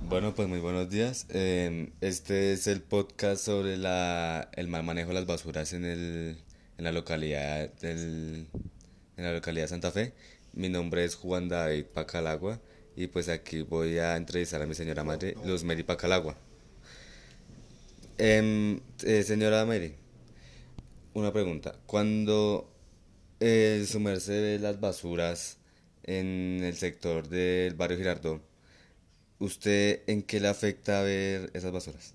Bueno, pues muy buenos días. Este es el podcast sobre el mal manejo de las basuras en la en la localidad de Santa Fe. Mi nombre es Juan David Pacalagua y pues aquí voy a entrevistar a mi señora madre, Luz Mary Pacalagua. Señora Mary, una pregunta. Cuando su merced ve las basuras en el sector del barrio Girardot, ¿usted en qué le afecta ver esas basuras?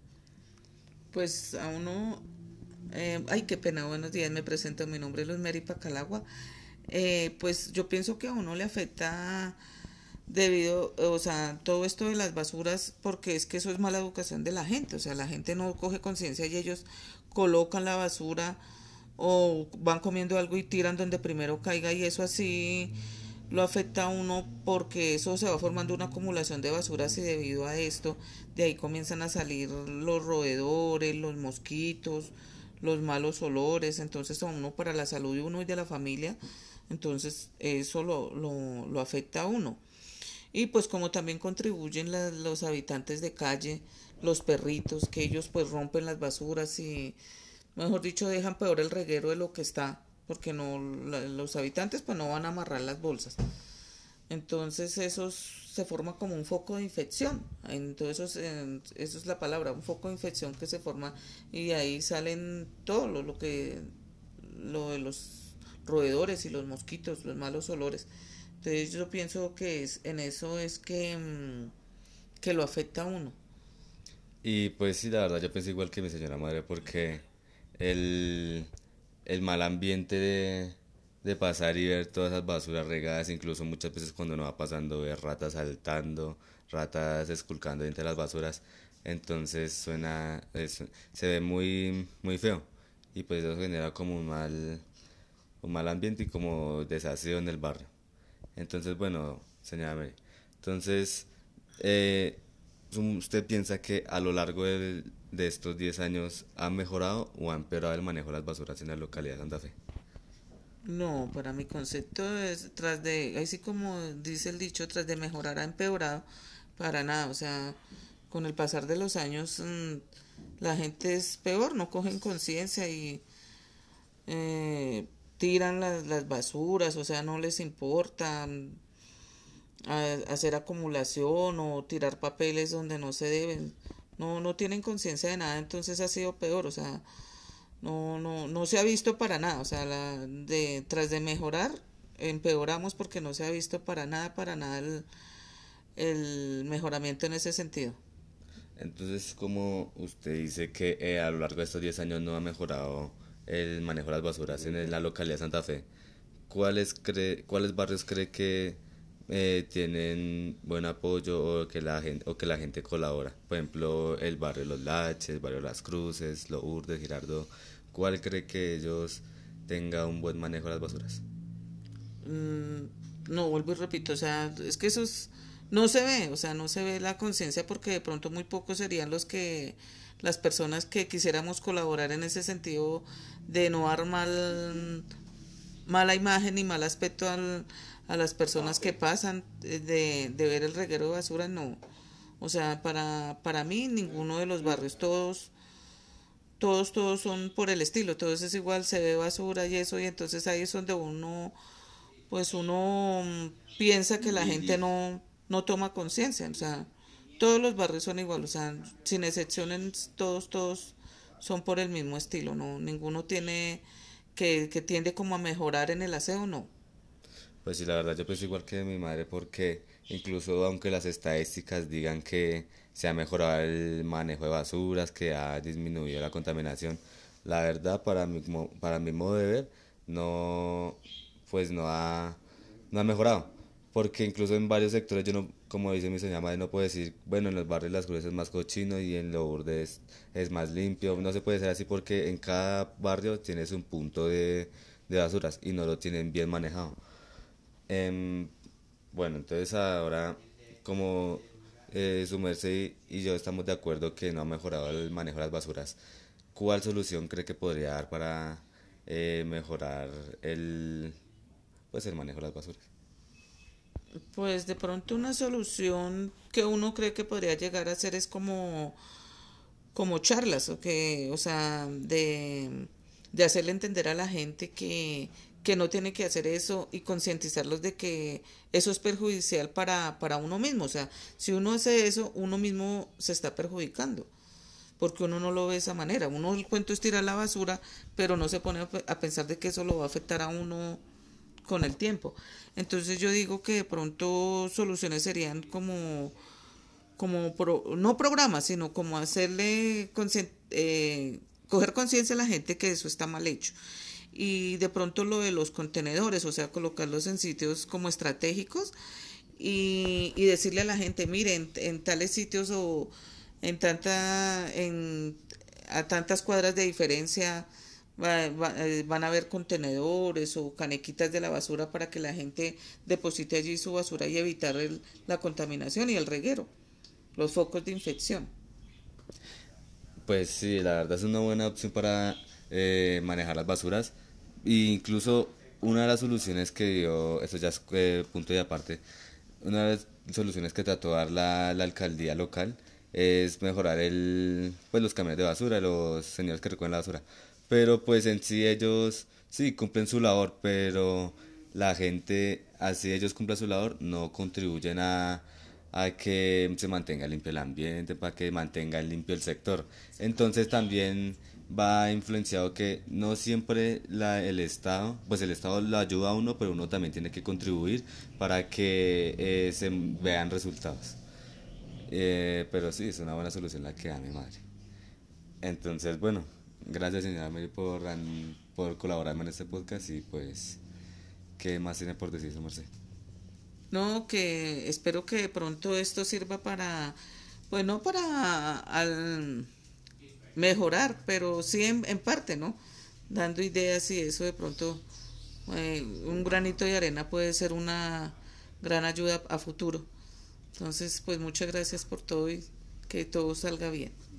Pues a uno, ay, qué pena, buenos días, me presento, mi nombre es Luz Mary Pacalagua. Pues yo pienso que a uno le afecta debido, o sea, todo esto de las basuras, porque es que eso es mala educación de la gente, o sea, la gente no coge conciencia y ellos colocan la basura o van comiendo algo y tiran donde primero caiga y eso así lo afecta a uno porque eso se va formando una acumulación de basuras y debido a esto de ahí comienzan a salir los roedores, los mosquitos, los malos olores, entonces a uno para la salud de uno y de la familia, entonces eso lo afecta a uno. Y pues como también contribuyen los habitantes de calle, los perritos, que ellos pues rompen las basuras y, mejor dicho, dejan peor el reguero de lo que está, porque no los habitantes pues no van a amarrar las bolsas. Entonces eso se forma como un foco de infección. Entonces eso es la palabra, un foco de infección que se forma y de ahí salen todo lo de los roedores y los mosquitos, los malos olores. Entonces yo pienso que en eso es que lo afecta a uno. Y pues sí, la verdad yo pensé igual que mi señora madre porque el, el mal ambiente de pasar y ver todas esas basuras regadas, incluso muchas veces cuando uno va pasando ver ratas saltando, ratas esculcando entre las basuras, entonces se ve muy feo y pues eso genera como un mal ambiente y como desaseo en el barrio. Entonces, bueno, señora Mary, entonces, eh, ¿usted piensa que a lo largo de estos 10 años ha mejorado o ha empeorado el manejo de las basuras en la localidad de Santa Fe? No, para mi concepto es tras de, así como dice el dicho, tras de mejorar ha empeorado, para nada, o sea, con el pasar de los años la gente es peor, no cogen conciencia y eh, tiran las basuras, o sea, no les importa hacer acumulación o tirar papeles donde no se deben, no tienen conciencia de nada, entonces ha sido peor, o sea, no se ha visto para nada, o sea, tras de mejorar, empeoramos porque no se ha visto para nada el mejoramiento en ese sentido. Entonces, como usted dice que a lo largo de estos 10 años no ha mejorado el manejo de las basuras en la localidad de Santa Fe, cuáles barrios cree que tienen buen apoyo o que la gente colabora? Por ejemplo, el barrio Los Laches, el barrio Las Cruces, Lourdes, Girardot. ¿Cuál cree que ellos tenga un buen manejo de las basuras? Mm, no, vuelvo y repito, o sea, es que no se ve, o sea, no se ve la conciencia porque de pronto muy pocos serían las personas que quisiéramos colaborar en ese sentido de no dar mala imagen ni mal aspecto a las personas que pasan de ver el reguero de basura, no. O sea, para mí ninguno de los barrios, todos son por el estilo, todos es igual, se ve basura y eso, y entonces ahí es donde uno piensa que la gente no toma conciencia, o sea, todos los barrios son igual, o sea, sin excepciones, todos son por el mismo estilo, no, ninguno tiene que tiende como a mejorar en el aseo, no. Pues sí, la verdad yo pienso igual que mi madre porque incluso aunque las estadísticas digan que se ha mejorado el manejo de basuras, que ha disminuido la contaminación, la verdad para mi modo de ver no pues no ha mejorado. Porque incluso en varios sectores yo no, como dice mi señora madre, no puedo decir, bueno, en los barrios Las Cruces es más cochino y en Lourdes es más limpio. No se puede ser así porque en cada barrio tienes un punto de basuras y no lo tienen bien manejado. Em, bueno, entonces ahora, como su merced y yo estamos de acuerdo que no ha mejorado el manejo de las basuras, ¿cuál solución cree que podría dar para mejorar pues el manejo de las basuras? Pues de pronto una solución que uno cree que podría llegar a ser es como charlas, o sea, de hacerle entender a la gente que no tiene que hacer eso y concientizarlos de que eso es perjudicial para uno mismo. O sea, si uno hace eso, uno mismo se está perjudicando, porque uno no lo ve de esa manera. Uno el cuento es tirar la basura, pero no se pone a pensar de que eso lo va a afectar a uno con el tiempo. Entonces yo digo que de pronto soluciones serían no programas, sino como hacerle coger conciencia a la gente que eso está mal hecho. Y de pronto lo de los contenedores, o sea, colocarlos en sitios como estratégicos y decirle a la gente, miren, en tales sitios o en a tantas cuadras de diferencia van a haber contenedores o canequitas de la basura para que la gente deposite allí su basura y evitar la contaminación y el reguero, los focos de infección. Pues sí, la verdad es una buena opción para manejar las basuras. E incluso una de las soluciones que dio, eso ya es punto y aparte, una de las soluciones que trató de dar la alcaldía local es mejorar pues los camiones de basura, los señores que recogen la basura. Pero pues en sí ellos sí cumplen su labor, pero la gente, así ellos cumplen su labor, no contribuyen a que se mantenga limpio el ambiente, para que mantenga limpio el sector. Entonces también va influenciado que no siempre el Estado, pues el Estado lo ayuda a uno, pero uno también tiene que contribuir para que se vean resultados. Pero sí, es una buena solución la que da mi madre. Entonces, bueno, gracias señora Mary por colaborarme en este podcast y pues, ¿qué más tiene por decir, su merced? No, que espero que de pronto esto sirva pues no para mejorar, pero sí en parte, ¿no? Dando ideas y eso de pronto un granito de arena puede ser una gran ayuda a futuro. Entonces, pues muchas gracias por todo y que todo salga bien.